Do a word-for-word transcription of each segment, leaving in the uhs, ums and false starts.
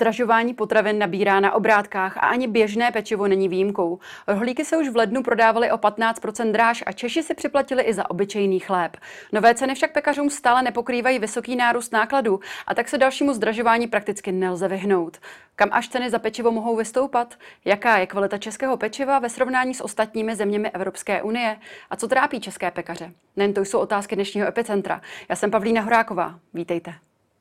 Zdražování potravin nabírá na obrátkách a ani běžné pečivo není výjimkou. Rohlíky se už v lednu prodávaly o patnáct procent dráž a Češi si připlatili i za obyčejný chléb. Nové ceny však pekařům stále nepokrývají vysoký nárůst nákladů a tak se dalšímu zdražování prakticky nelze vyhnout. Kam až ceny za pečivo mohou vystoupat? Jaká je kvalita českého pečiva ve srovnání s ostatními zeměmi Evropské unie? A co trápí české pekaře? Nejen to jsou otázky dnešního Epicentra. Já jsem Pavlína Horáková. Vítejte.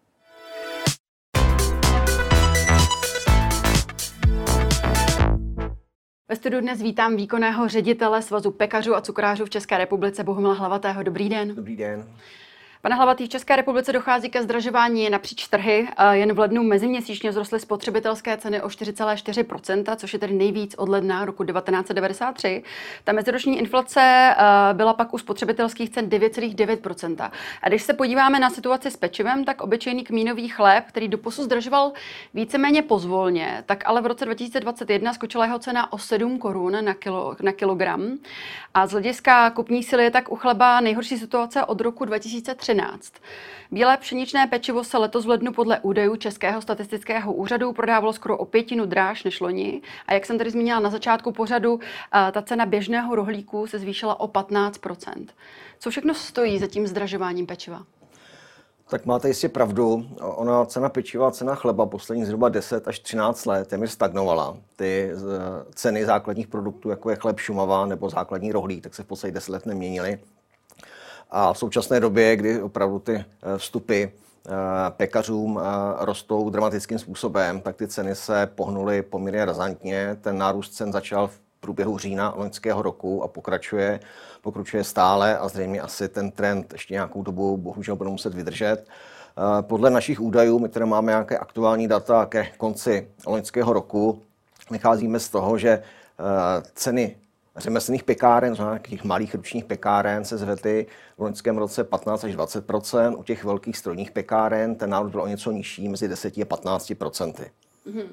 Ve studiu dnes vítám výkonného ředitele Svazu pekařů a cukrářů v České republice Bohumila Hlavatého. Dobrý den. Dobrý den. Pane Hlavatý, v České republice dochází ke zdražování napříč trhy. Jen v lednu meziměsíčně vzrostly spotřebitelské ceny o čtyři celá čtyři procenta, což je tedy nejvíc od ledna roku devatenáct set devadesát tři. Ta meziroční inflace byla pak u spotřebitelských cen devět celá devět procenta. A když se podíváme na situaci s pečivem, tak obyčejný kmínový chléb, který doposud zdražoval víceméně pozvolně, tak ale v roce dva tisíce dvacet jedna skočila jeho cena o sedm korun na, kilo, na kilogram. A z hlediska kupní síly je tak u chleba nejhorší situace od roku dva tisíce třináct. Bílé pšeničné pečivo se letos v lednu podle údajů Českého statistického úřadu prodávalo skoro o pětinu dráž než loni. A jak jsem tady zmínila na začátku pořadu, ta cena běžného rohlíku se zvýšila o patnáct procent. Co všechno stojí za tím zdražováním pečiva? Tak máte jistě pravdu. Ona cena pečiva a cena chleba posledních zhruba deset až třináct let téměř stagnovala. Ty ceny základních produktů, jako je chléb Šumava nebo základní rohlík, tak se v podstatě deset let neměnily. A v současné době, kdy opravdu ty vstupy pekařům rostou dramatickým způsobem, tak ty ceny se pohnuly poměrně razantně. Ten nárůst cen začal v průběhu října loňského roku a pokračuje, pokračuje stále a zřejmě asi ten trend ještě nějakou dobu bohužel bude muset vydržet. Podle našich údajů, my které máme nějaké aktuální data ke konci loňského roku, vycházíme z toho, že ceny řemeslných pekáren, znamená těch malých ručních pekáren, se zvedly v loňském roce patnáct až dvacet procent. U těch velkých strojních pekáren ten nárůst byl o něco nižší, mezi deset a patnáct procenty. Mm-hmm.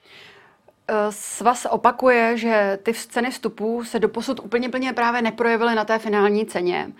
Svaz opakuje, že ty ceny vstupů se doposud úplně plně právě neprojevily na té finální ceně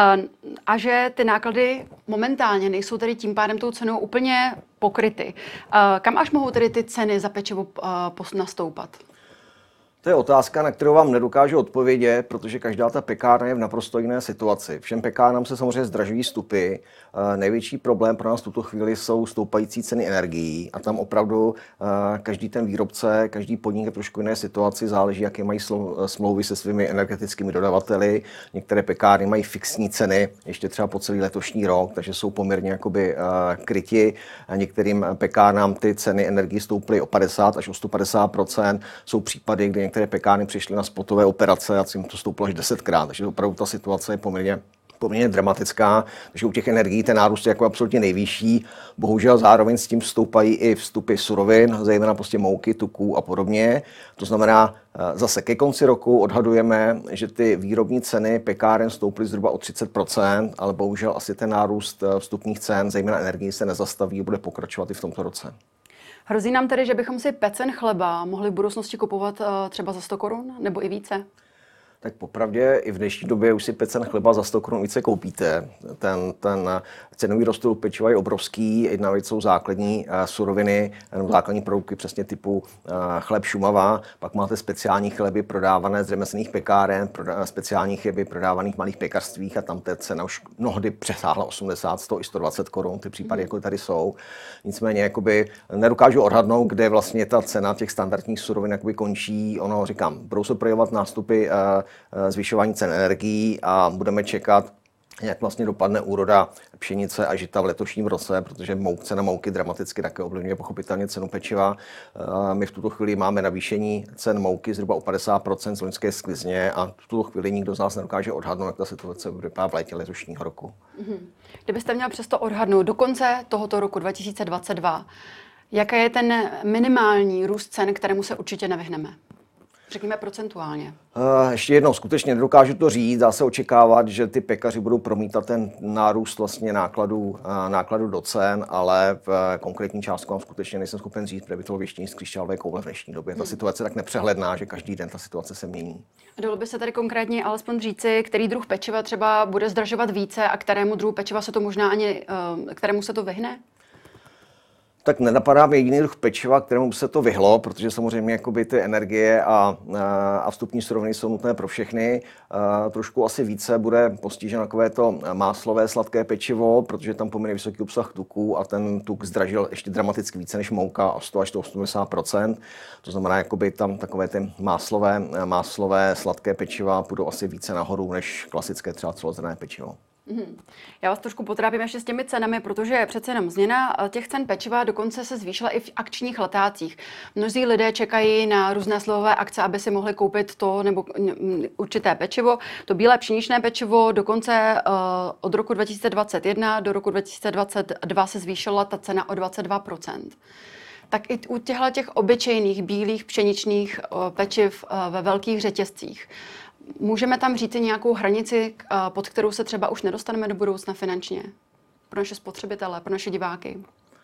a že ty náklady momentálně nejsou tedy tím pádem tou cenou úplně pokryty. Kam až mohou tedy ty ceny za pečivo nastoupat? To je otázka, na kterou vám nedokážu odpovědět, protože každá ta pekárna je v naprosto jiné situaci. Všem pekárnám se samozřejmě zdražují vstupy. Největší problém pro nás v tuto chvíli jsou stoupající ceny energií a tam opravdu každý ten výrobce, každý podnik je trošku jiné situaci, záleží, jaké mají smlouvy se svými energetickými dodavateli. Některé pekárny mají fixní ceny, ještě třeba po celý letošní rok, takže jsou poměrně jakoby kryti. Některým pekárnám ty ceny energií stouply o padesát až o sto padesát procent. Jsou případy, kdy některé pekárny přišly na spotové operace a jim to stouplo až desetkrát, takže opravdu ta situace je poměrně, poměrně dramatická, takže u těch energií ten nárůst je jako absolutně nejvyšší. Bohužel zároveň s tím stoupají i vstupy surovin, zejména prostě mouky, tuků a podobně. To znamená, zase ke konci roku odhadujeme, že ty výrobní ceny pekáren stouply zhruba o třicet procent, ale bohužel asi ten nárůst vstupních cen, zejména energií, se nezastaví a bude pokračovat i v tomto roce. Hrozí nám tedy, že bychom si pecen chleba mohli v budoucnosti kupovat třeba za sto korun nebo i více? Tak popravdě i v dnešní době už si pecen chleba za sto korun více koupíte. Ten, ten cenový rozdíl pečiva je obrovský. Jedna věc jsou základní uh, suroviny, nebo základní produkty přesně typu uh, chléb Šumava. Pak máte speciální chleby prodávané z řemeslných pekáren, proda- speciální chleby prodávaných v malých pekařstvích a tam ta cena už mnohdy přesáhla osmdesát, sto i sto dvacet korun. Ty případy jako tady jsou. Nicméně jakoby nedokážu odhadnout, kde vlastně ta cena těch standardních surovin jakoby končí. Ono, říkám, budou se projevovat nástupy uh, zvyšování cen energií a budeme čekat, jak vlastně dopadne úroda pšenice a žita v letošním roce, protože mouk, cena mouky dramaticky také ovlivňuje pochopitelně cenu pečiva. My v tuto chvíli máme navýšení cen mouky zhruba o padesát procent z loňské sklizně a v tuto chvíli nikdo z nás nedokáže odhadnout, jak ta situace bude vypadat v létě letošního roku. Mm-hmm. Kdybyste měl přesto odhadnout do konce tohoto roku dva tisíce dvacet dva, jaký je ten minimální růst cen, kterému se určitě nevyhneme? Řekněme procentuálně. Uh, ještě jednou, skutečně nedokážu to říct. Dá se očekávat, že ty pekaři budou promítat ten nárůst vlastně nákladů, uh, nákladů do cen, ale v uh, konkrétní částku vám skutečně nejsem schopen říct, protože by to bylo věštění z křišťálové koule v dnešní době. Ta hmm. situace je tak nepřehledná, že každý den ta situace se mění. Dalo by se tady konkrétně alespoň říci, který druh pečiva třeba bude zdražovat více a kterému druhu pečiva se to možná ani, uh, kterému se to vyhne? Tak nenapadá mě jediný druh pečiva, kterému by se to vyhlo, protože samozřejmě jakoby ty energie a, a vstupní suroviny jsou nutné pro všechny. A trošku asi více bude postiženo takové to máslové sladké pečivo, protože tam poměrně vysoký obsah tuků a ten tuk zdražil ještě dramaticky více než mouka, a sto až osmdesát procent. To znamená, jakoby tam takové ty máslové, máslové sladké pečiva půjdou asi více nahoru než klasické třeba celozrnné pečivo. Mm. Já vás trošku potrápím ještě s těmi cenami, protože přece jenom změna těch cen pečiva dokonce se zvýšila i v akčních letácích. Mnozí lidé čekají na různé slevové akce, aby si mohli koupit to nebo určité pečivo. To bílé pšeničné pečivo dokonce uh, od roku dva tisíce dvacet jedna do roku dva tisíce dvacet dva se zvýšila ta cena o dvacet dva procent. Tak i u těchto těch obyčejných bílých pšeničných uh, pečiv uh, ve velkých řetězcích můžeme tam říct nějakou hranici, pod kterou se třeba už nedostaneme do budoucna finančně? Pro naše spotřebitele, pro naše diváky?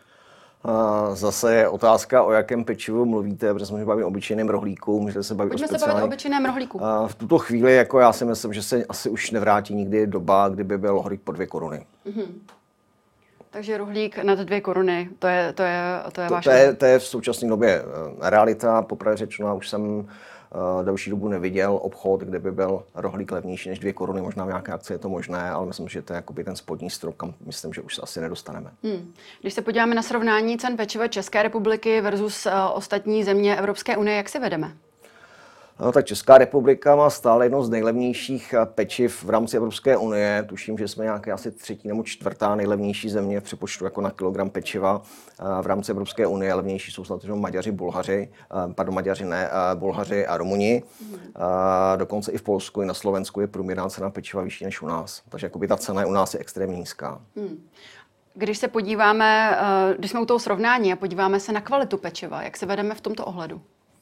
Zase je otázka, o jakém pečivu mluvíte, protože jsme se bavili o obyčejném rohlíku, můžete se bavit Pojďme o speciální... se bavit o obyčejném rohlíku. V tuto chvíli jako já si myslím, že se asi už nevrátí nikdy doba, kdyby byl rohlík po dvě koruny. Mm-hmm. Takže rohlík nad dvě koruny, to je, to je, to je to, váš... To je, to je v současné době realita, popravdě řečeno, už jsem další dobu neviděl obchod, kde by byl rohlík levnější než dvě koruny, možná v nějaké akci je to možné, ale myslím, že to je jakoby ten spodní strop, kam myslím, že už se asi nedostaneme. Hmm. Když se podíváme na srovnání cen pečiva České republiky versus uh, ostatní země Evropské unie, jak se vedeme? No, tak Česká republika má stále jedno z nejlevnějších pečiv v rámci Evropské unie. Tuším, že jsme nějaké asi třetí nebo čtvrtá nejlevnější země v přepočtu jako na kilogram pečiva v rámci Evropské unie. Levnější jsou snad Maďaři, Bulhaři, pardon, Maďaři ne, Bulhaři a Rumuni. Mm. Dokonce i v Polsku, i na Slovensku je průměrná cena pečiva vyšší než u nás. Takže jakoby ta cena u nás je extrémně nízká. Mm. Když se podíváme, když jsme u toho srovnání a podíváme se na kvalitu pečiva, jak se vedeme v tomto ohledu?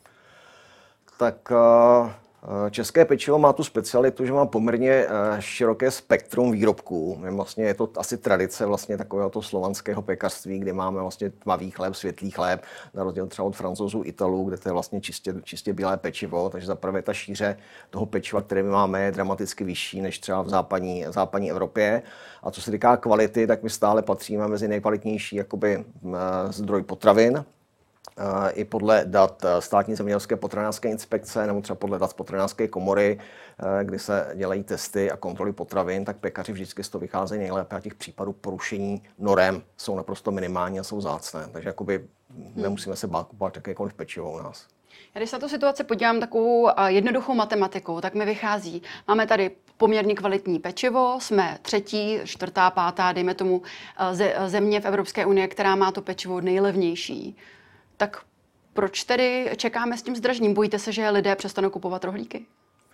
Tak české pečivo má tu specialitu, že má poměrně široké spektrum výrobků. Vlastně je to asi tradice vlastně takového to slovanského pekařství, kdy máme vlastně tmavý chléb, světlý chléb, na rozdíl třeba od Francouzů, Italů, kde to je vlastně čistě, čistě bílé pečivo. Takže zaprvé ta šíře toho pečiva, které my máme, je dramaticky vyšší než třeba v západní, v západní Evropě. A co se týká kvality, tak my stále patříme mezi nejkvalitnější jakoby, zdroj potravin. I podle dat Státní zemědělské potravinářské inspekce nebo třeba podle dat z potravinářské komory, kdy se dělají testy a kontroly potravin, tak pekaři vždycky z toho vycházejí nejlépe a těch případů porušení norem jsou naprosto minimální a jsou vzácné. Takže jakoby nemusíme se bát kupovat jakékoliv pečivo u nás. Já když se na tu situaci podívám takovou jednoduchou matematikou, tak mi vychází, máme tady poměrně kvalitní pečivo, jsme třetí, čtvrtá, pátá, dejme tomu země v Evropské unii, která má to pečivo nejlevnější. Tak proč tedy čekáme s tím zdražením? Bojíte se, že lidé přestanou kupovat rohlíky?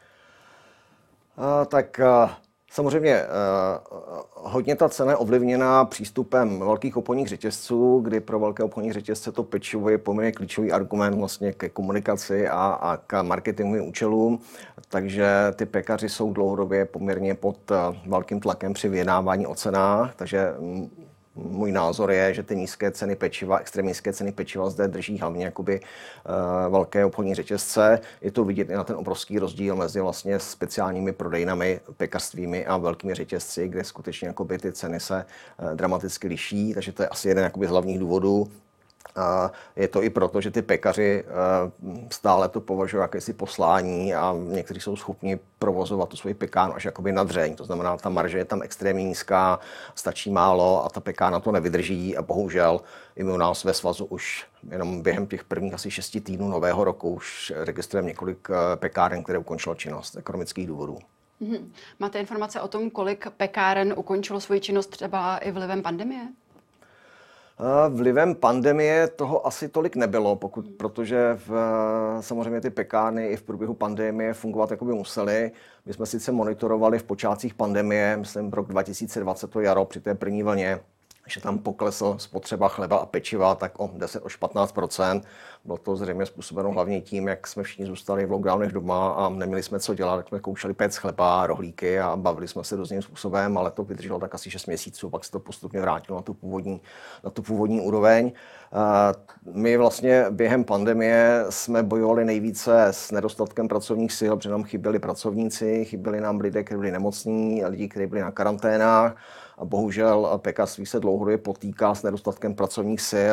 Uh, tak uh, samozřejmě uh, hodně ta cena je ovlivněna přístupem velkých obchodních řetězců, kdy pro velké obchodní řetězce to pečivo je poměrně klíčový argument vlastně ke komunikaci a, a k marketingovým účelům. Takže ty pekaři jsou dlouhodobě poměrně pod uh, velkým tlakem při vyjednávání o cenách. Takže um, můj názor je, že ty nízké ceny pečiva, extrémně nízké ceny pečiva zde drží hlavně jakoby, uh, velké obchodní řetězce. Je to vidět i na ten obrovský rozdíl mezi vlastně speciálními prodejnami, pekařstvími a velkými řetězci, kde skutečně jakoby, ty ceny se uh, dramaticky liší. Takže to je asi jeden jakoby, z hlavních důvodů. A je to i proto, že ty pekaři stále to považují jakési poslání a někteří jsou schopni provozovat tu svoji pekárnu až jakoby na dřeň. To znamená, ta marže je tam extrémně nízká, stačí málo a ta pekárna to nevydrží a bohužel i my u nás ve svazu už jenom během těch prvních asi šesti týdnů nového roku už registrujeme několik pekáren, které ukončilo činnost z ekonomických důvodů. Mm-hmm. Máte informace o tom, kolik pekáren ukončilo svoji činnost třeba i vlivem pandemie? Vlivem pandemie toho asi tolik nebylo, pokud, protože v, samozřejmě ty pekárny i v průběhu pandemie fungovat jako by musely. My jsme sice monitorovali v počátcích pandemie, myslím rok dva tisíce dvacet, to jaro při té první vlně, že tam poklesl spotřeba chleba a pečiva tak o deset až patnáct procent. Bylo to zřejmě způsobeno hlavně tím, jak jsme všichni zůstali v lockdownech doma a neměli jsme co dělat, tak jsme koušeli péct chleba, rohlíky a bavili jsme se různým způsobem, ale to vydrželo tak asi šest měsíců, pak se to postupně vrátilo na tu původní, na tu původní úroveň. My vlastně během pandemie jsme bojovali nejvíce s nedostatkem pracovních sil, protože nám chyběli pracovníci, chyběli nám lidé, kteří byli nemocní, lidi, kteří byli na karanténách. A bohužel pekařství se dlouhodobě potýká s nedostatkem pracovních sil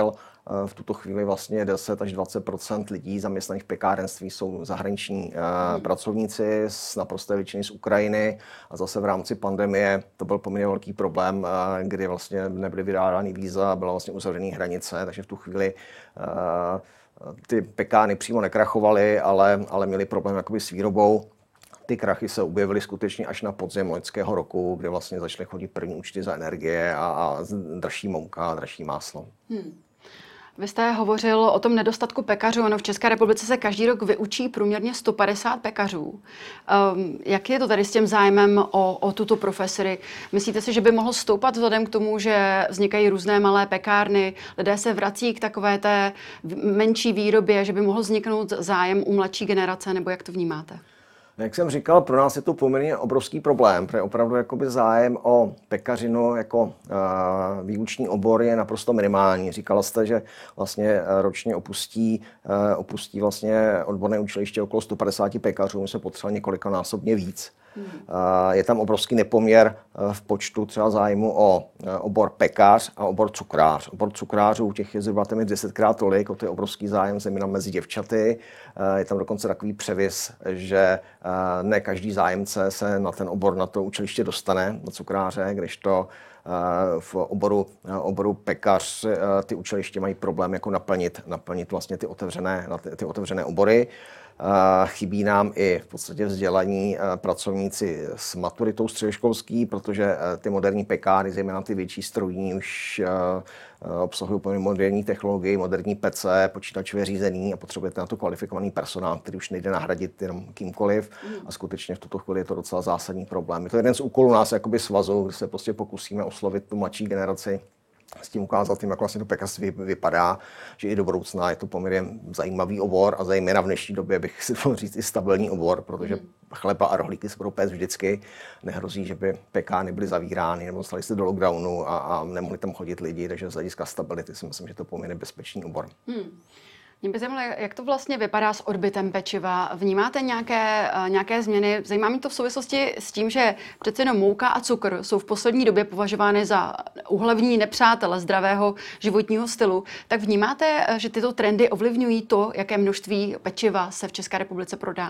V tuto chvíli vlastně deset až dvacet procent lidí zaměstnaných v pekárenství jsou zahraniční hmm. pracovníci z naprosté většiny z Ukrajiny a zase v rámci pandemie to byl poměrně velký problém, kdy vlastně nebyly vydávány víza, byla vlastně uzavřený hranice, takže v tu chvíli ty pekárny přímo nekrachovaly, ale, ale měli problém jakoby s výrobou. Ty krachy se objevily skutečně až na podzim loňského roku, kdy vlastně začaly chodit první účty za energie a, a dražší mouka a dražší máslo. Hmm. Vy jste hovořil o tom nedostatku pekařů. Ono v České republice se každý rok vyučí průměrně sto padesát pekařů. Um, jak je to tady s tím zájmem o, o tuto profesi? Myslíte si, že by mohl stoupat vzhledem k tomu, že vznikají různé malé pekárny, lidé se vrací k takové té menší výrobě, že by mohl vzniknout zájem u mladší generace, nebo jak to vnímáte? Jak jsem říkal, pro nás je to poměrně obrovský problém, protože opravdu jakoby zájem o pekařinu jako uh, výuční obor je naprosto minimální. Říkala jste, že vlastně ročně opustí, uh, opustí vlastně odborné učiliště okolo sto padesát pekařů, my jsme potřebovali několikanásobně víc. Hmm. Uh, je tam obrovský nepoměr uh, v počtu třeba zájmu o uh, obor pekař a obor cukrář. Obor cukrářů těch je zhruba téměř desetkrát tolik, o to je obrovský zájem zejména mezi děvčaty. Uh, je tam dokonce takový převis, že uh, ne každý zájemce se na ten obor, na to učiliště dostane, na cukráře, kdežto uh, v oboru, uh, oboru pekař uh, ty učiliště mají problém jako naplnit, naplnit vlastně ty otevřené, ty, ty otevřené obory. Chybí nám i v podstatě vzdělaní pracovníci s maturitou středoškolský, protože ty moderní pekárny, zejména ty větší strojní, už obsahují moderní technologii, moderní pece, počítačové řízení a potřebujete na to kvalifikovaný personál, který už nejde nahradit jenom kýmkoliv. A skutečně v tuto chvíli je to docela zásadní problém. Je to jeden z úkolů nás jakoby svazu, kde se prostě pokusíme oslovit tu mladší generaci, s tím ukázat tím, jak vlastně to pekařství vypadá, že i do budoucna je to poměrně zajímavý obor a zejména v dnešní době bych si mohl říct i stabilní obor, protože chleba a rohlíky se budou péct vždycky. Nehrozí, že by pekárny byly zavírány nebo dostali se do lockdownu a, a nemohli tam chodit lidi, takže z hlediska stability si myslím, že to je poměrně bezpečný obor. Hmm. Mě by zajímalo, jak to vlastně vypadá s odbytem pečiva. Vnímáte nějaké, nějaké změny? Zajímá mě to v souvislosti s tím, že přece jenom mouka a cukr jsou v poslední době považovány za úhlavní nepřátele zdravého životního stylu. Tak vnímáte, že tyto trendy ovlivňují to, jaké množství pečiva se v České republice prodá?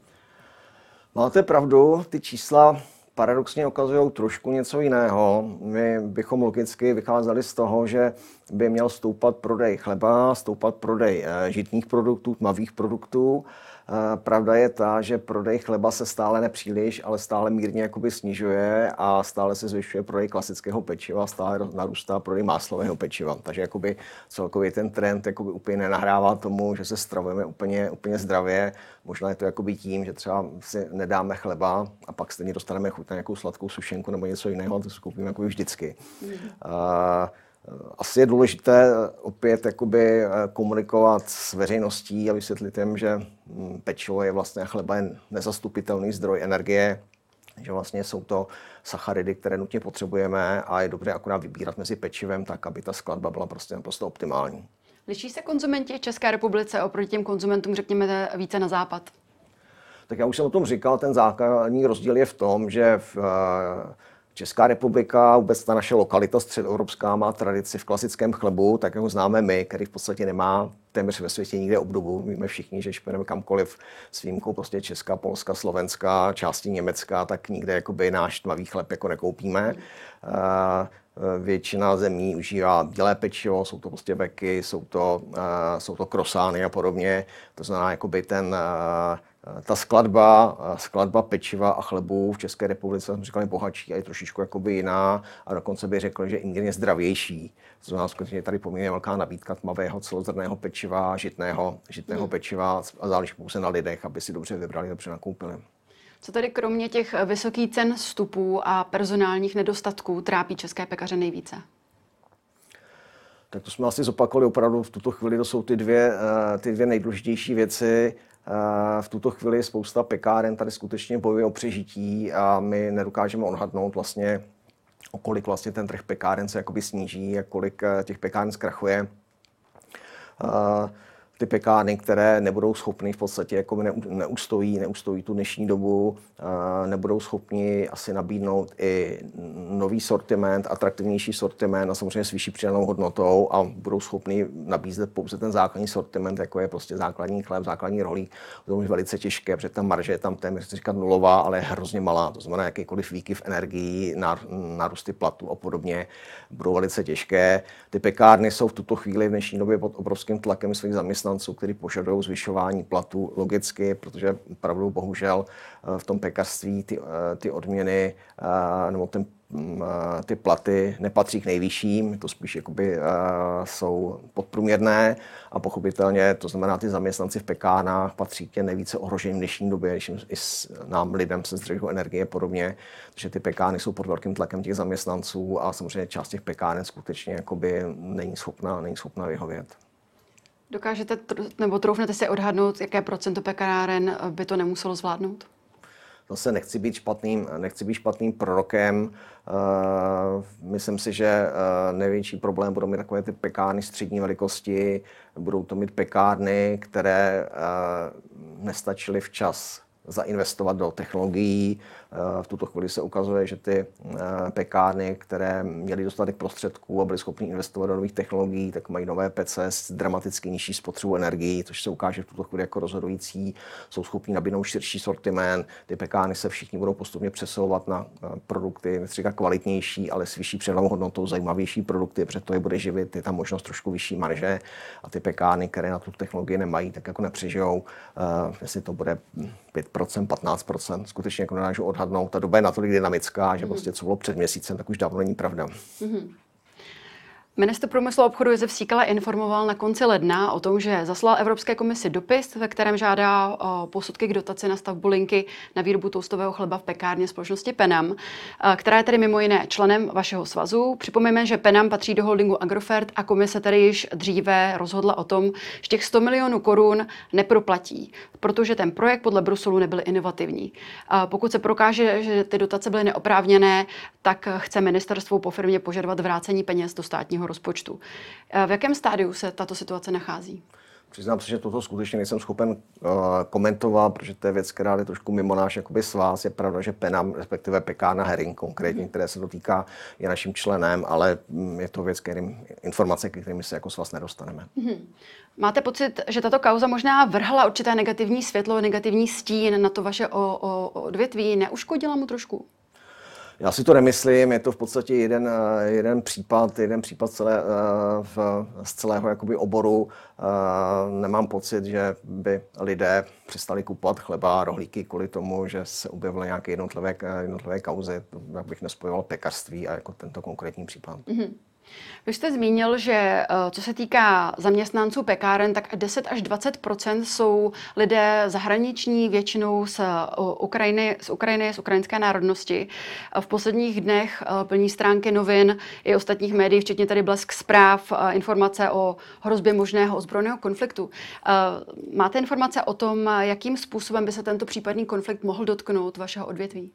Máte pravdu, ty čísla paradoxně ukazují trošku něco jiného. My bychom logicky vycházeli z toho, že by měl stoupat prodej chleba, stoupat prodej žitných produktů, tmavých produktů. Pravda je ta, že prodej chleba se stále nepříliš, ale stále mírně jakoby snižuje a stále se zvyšuje prodej klasického pečiva, stále narůstá prodej máslového pečiva. Takže jakoby celkově ten trend jakoby úplně nenahrává tomu, že se stravujeme úplně, úplně zdravě. Možná je to jakoby tím, že třeba si nedáme chleba a pak stejně dostaneme chuť na nějakou sladkou sušenku nebo něco jiného, a to si koupíme jakoby vždycky. Mm. Uh, Asi je důležité opět jakoby komunikovat s veřejností a vysvětlit jim, že pečivo je vlastně chleba je nezastupitelný zdroj energie, že vlastně jsou to sacharidy, které nutně potřebujeme a je dobré akorát vybírat mezi pečivem tak, aby ta skladba byla prostě naprosto optimální. Liší se konzumenti v České republice oproti těm konzumentům, řekněme, více na západ? Tak já už jsem o tom říkal, ten základní rozdíl je v tom, že v Česká republika, vůbec ta naše lokalita středoevropská má tradici v klasickém chlebu, tak ho známe my, který v podstatě nemá téměř ve světě nikde obdobu. Víme všichni, že špeneme kamkoliv s výjimkou prostě Česka, Polska, Slovenska, části Německa, tak nikde jakoby náš tmavý chleb jako nekoupíme. Většina zemí užívá bílé pečivo, jsou to prostě beky, jsou to, jsou to krosány a podobně. To znamená, jakoby ten ta skladba, skladba pečiva a chlebu v České republice, jsem říkal, je bohatší a je trošičku jakoby jiná a dokonce bych řekl, že ingredient je zdravější. To znamená, skutečně tady poměrně velká nabídka tmavého celozrnného pečiva, žitného, žitného hmm. pečiva a záleží pouze na lidech, aby si dobře vybrali, dobře nakoupili. Co tedy kromě těch vysokých cen vstupů a personálních nedostatků trápí české pekaře nejvíce? Tak to jsme asi zopakovali opravdu v tuto chvíli, to jsou ty dvě, ty dvě nejdůležitější věci. V tuto chvíli spousta pekáren tady skutečně bojuje o přežití a my nedokážeme odhadnout vlastně, o kolik vlastně ten trh pekáren se jakoby sníží a kolik těch pekáren zkrachuje. ty pekárny, které nebudou schopny v podstatě jako neustojí, neustojí tu dnešní dobu, nebudou schopni asi nabídnout i nový sortiment, atraktivnější sortiment a samozřejmě s vyšší přidanou hodnotou a budou schopni nabízet pouze ten základní sortiment, jako je prostě základní chléb, základní rohlík. To je velice těžké, protože ta marže je tam téměř říkat nulová, ale je hrozně malá. To znamená, jakýkoliv výkyv energií, nárůsty platů a podobně budou velice těžké. Ty pekárny jsou v tuto chvíli v dnešní době pod obrovským tlakem svých zaměstnanců, kteří požadují zvyšování platů logicky, protože opravdu bohužel v tom pekařství ty, ty odměny nebo ten, ty platy nepatří k nejvyšším, to spíš jakoby, jsou podprůměrné a pochopitelně to znamená, ty zaměstnanci v pekárnách patří k těm nejvíce ohroženým v dnešní době, když i s nám lidem se zdražují energie a podobně, takže ty pekárny jsou pod velkým tlakem těch zaměstnanců a samozřejmě část těch pekáren skutečně jakoby není schopná, není schopná vyhovět. Dokážete nebo troufnete si odhadnout, jaké procento pekáren by to nemuselo zvládnout? Zase nechci být špatným, nechci být špatným prorokem. Myslím si, že největší problém budou mít takové ty pekárny střední velikosti, budou to mít pekárny, které nestačily včas zainvestovat do technologií. V tuto chvíli se ukazuje, že ty pekárny, které měly dostatek prostředků a byly schopny investovat do nových technologií, tak mají nové P C s dramaticky nižší spotřebu energií, což se ukáže v tuto chvíli jako rozhodující. Jsou schopni nabídnout širší sortiment. Ty pekárny se všichni budou postupně přesouvat na produkty, nechci říkat kvalitnější, ale s vyšší přidanou hodnotou, zajímavější produkty, protože to je bude živit, je tam možnost trošku vyšší marže a ty pekárny, které na tu technologii nemají, tak jako nepřežijou. Jestli to bude pět procent, patnáct procent, skutečně jako nedážu odhadnout. Ta doba je natolik dynamická, že prostě co bylo před měsícem, tak už dávno není pravda. Mm-hmm. Ministr průmyslu a obchodu Josef Síkela informoval na konci ledna o tom, že zaslal Evropské komisi dopis, ve kterém žádá o posudky k dotaci na stavbu linky na výrobu toastového chleba v pekárně společnosti Penam, která je tedy mimo jiné členem vašeho svazu. Připomeňme, že Penam patří do holdingu Agrofert a komise tedy již dříve rozhodla o tom, že těch sto milionů korun neproplatí, protože ten projekt podle Bruselu nebyl inovativní. Pokud se prokáže, že ty dotace byly neoprávněné, tak chce ministerstvo po firmě požadovat vrácení peněz do státního rozpočtu. V jakém stádiu se tato situace nachází? Přiznám se, že toto skutečně nejsem schopen uh, komentovat, protože to je věc, která je trošku mimo náš jakoby svaz. Je pravda, že Penam, respektive pekárna Herring konkrétně, mm. které se dotýká, je naším členem, ale mm, je to věc, kterým, informace, ke kterým se jako svaz nedostaneme. Mm. Máte pocit, že tato kauza možná vrhla určité negativní světlo, negativní stín na to vaše o, o, odvětví? Neuškodila mu trošku? Já si to nemyslím, je to v podstatě jeden, jeden případ, jeden případ celé, v, z celého jakoby oboru. Nemám pocit, že by lidé přestali kupovat chleba a rohlíky kvůli tomu, že se objevily nějaké jednotlivé, jednotlivé kauzy. Jak bych nespojoval pekařství a jako tento konkrétní případ. Mm-hmm. Vy jste zmínil, že co se týká zaměstnanců pekáren, tak deset až dvacet procent jsou lidé zahraniční, většinou z Ukrajiny, z Ukrajiny, z ukrajinské národnosti. V posledních dnech plní stránky novin i ostatních médií, včetně tady Blesk zpráv, informace o hrozbě možného ozbrojeného konfliktu. Máte informace o tom, jakým způsobem by se tento případný konflikt mohl dotknout vašeho odvětví?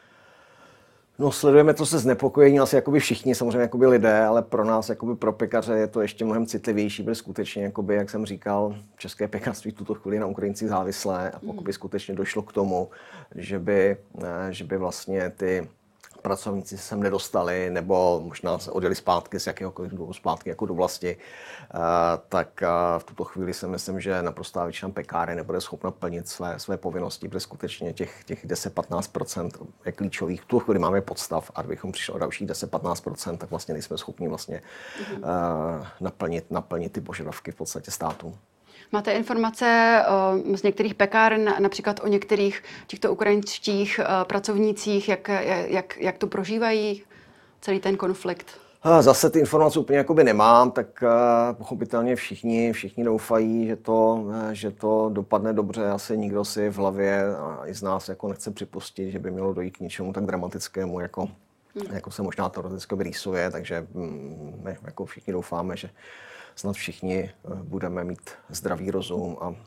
No, sledujeme to se znepokojením asi jakoby všichni, samozřejmě jakoby lidé, ale pro nás, jakoby pro pekaře, je to ještě mnohem citlivější, protože skutečně, jakoby, jak jsem říkal, české pekařství v tuto chvíli na Ukrajincích závislé a pokud by skutečně došlo k tomu, že by, že by vlastně ty pracovníci se sem nedostali, nebo možná se odjeli zpátky z jakéhokoliv důvodu zpátky jako do vlasti, tak v tuto chvíli si myslím, že naprostá většina pekáren nebude schopna plnit své, své povinnosti, protože skutečně těch, těch deset až patnáct procent je klíčových. V tuto chvíli máme podstav a kdybychom přišli o dalších deset až patnáct procent, tak vlastně nejsme schopni vlastně mm-hmm. naplnit, naplnit ty požadavky v podstatě státu. Máte informace z některých pekáren, například o některých těchto ukrajinských pracovnících, jak, jak, jak to prožívají, celý ten konflikt? Zase ty informace úplně jakoby nemám, tak pochopitelně všichni, všichni doufají, že to, že to dopadne dobře. Asi nikdo si v hlavě a i z nás jako nechce připustit, že by mělo dojít k něčemu tak dramatickému, jako, hmm. jako se možná teoreticky vyrýsuje, takže my jako všichni doufáme, že snad všichni budeme mít zdravý rozum a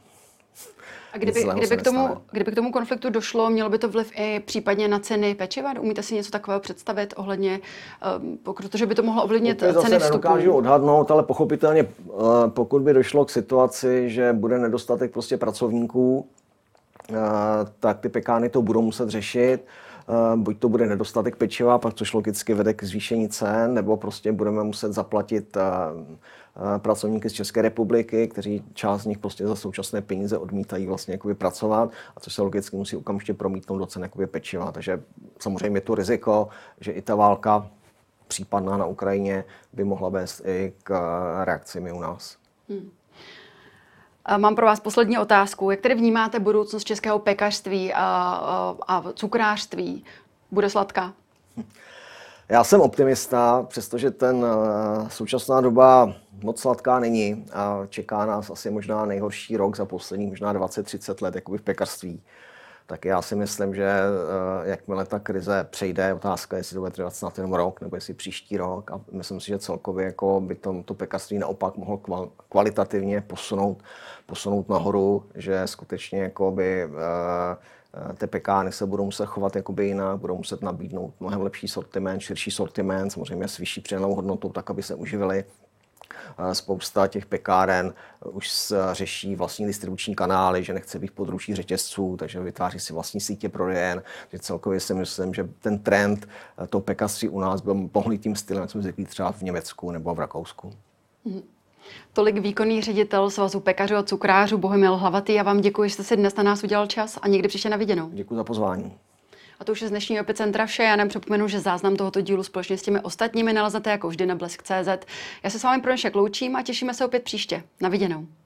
A kdyby, Nic kdyby, se k tomu, nestane. kdyby k tomu konfliktu došlo, mělo by to vliv i případně na ceny pečiva? Umíte si něco takového představit ohledně, um, protože by to mohlo ovlivnit Opět ceny zase vstupů? nedokážu odhadnout, ale pochopitelně, uh, pokud by došlo k situaci, že bude nedostatek prostě pracovníků, uh, tak ty pekárny to budou muset řešit. Uh, buď to bude nedostatek pečiva, pak což logicky vede k zvýšení cen, nebo prostě budeme muset zaplatit uh, uh, pracovníky z České republiky, kteří část z nich prostě za současné peníze odmítají vlastně jakoby pracovat, a což se logicky musí okamžitě promítnout do cen jakoby pečiva. Takže samozřejmě je to riziko, že i ta válka případná na Ukrajině by mohla vést i k uh, reakci u nás. Hmm. Mám pro vás poslední otázku. Jak tedy vnímáte budoucnost českého pekařství a, a, a cukrářství? Bude sladká? Já jsem optimista, přestože ten současná doba moc sladká není a čeká nás asi možná nejhorší rok za posledních možná dvacet třicet let jakoby v pekařství. Tak já si myslím, že jakmile ta krize přejde, otázka, jestli to bude trvat snad jenom rok, nebo jestli příští rok. A myslím si, že celkově jako by to, to pekařství naopak mohlo kval, kvalitativně posunout, posunout nahoru, že skutečně jako by, uh, ty pekárny se budou muset chovat jakoby jinak, budou muset nabídnout mnohem lepší sortiment, širší sortiment, samozřejmě s vyšší přidanou hodnotou, tak aby se uživili. Spousta těch pekáren už řeší vlastní distribuční kanály, že nechce být područí řetězců, takže vytváří si vlastní sítě prodejen. Že celkově si myslím, že ten trend toho pekařství u nás byl mohl tím stylem, jak jsme zvyklí třeba v Německu nebo v Rakousku. Mm. Tolik výkonný ředitel Svazu pekařů a cukrářů Bohumil Hlavatý. Já vám děkuji, že jste si dnes na nás udělal čas a někdy příště na viděnou. Děkuji za pozvání. A to už je z dnešního Epicentra vše. Já nám připomenu, že záznam tohoto dílu společně s těmi ostatními naleznete jako vždy na blesk tečka cé zet. Já se s vámi pro dnešek loučím a těšíme se opět příště. Na viděnou.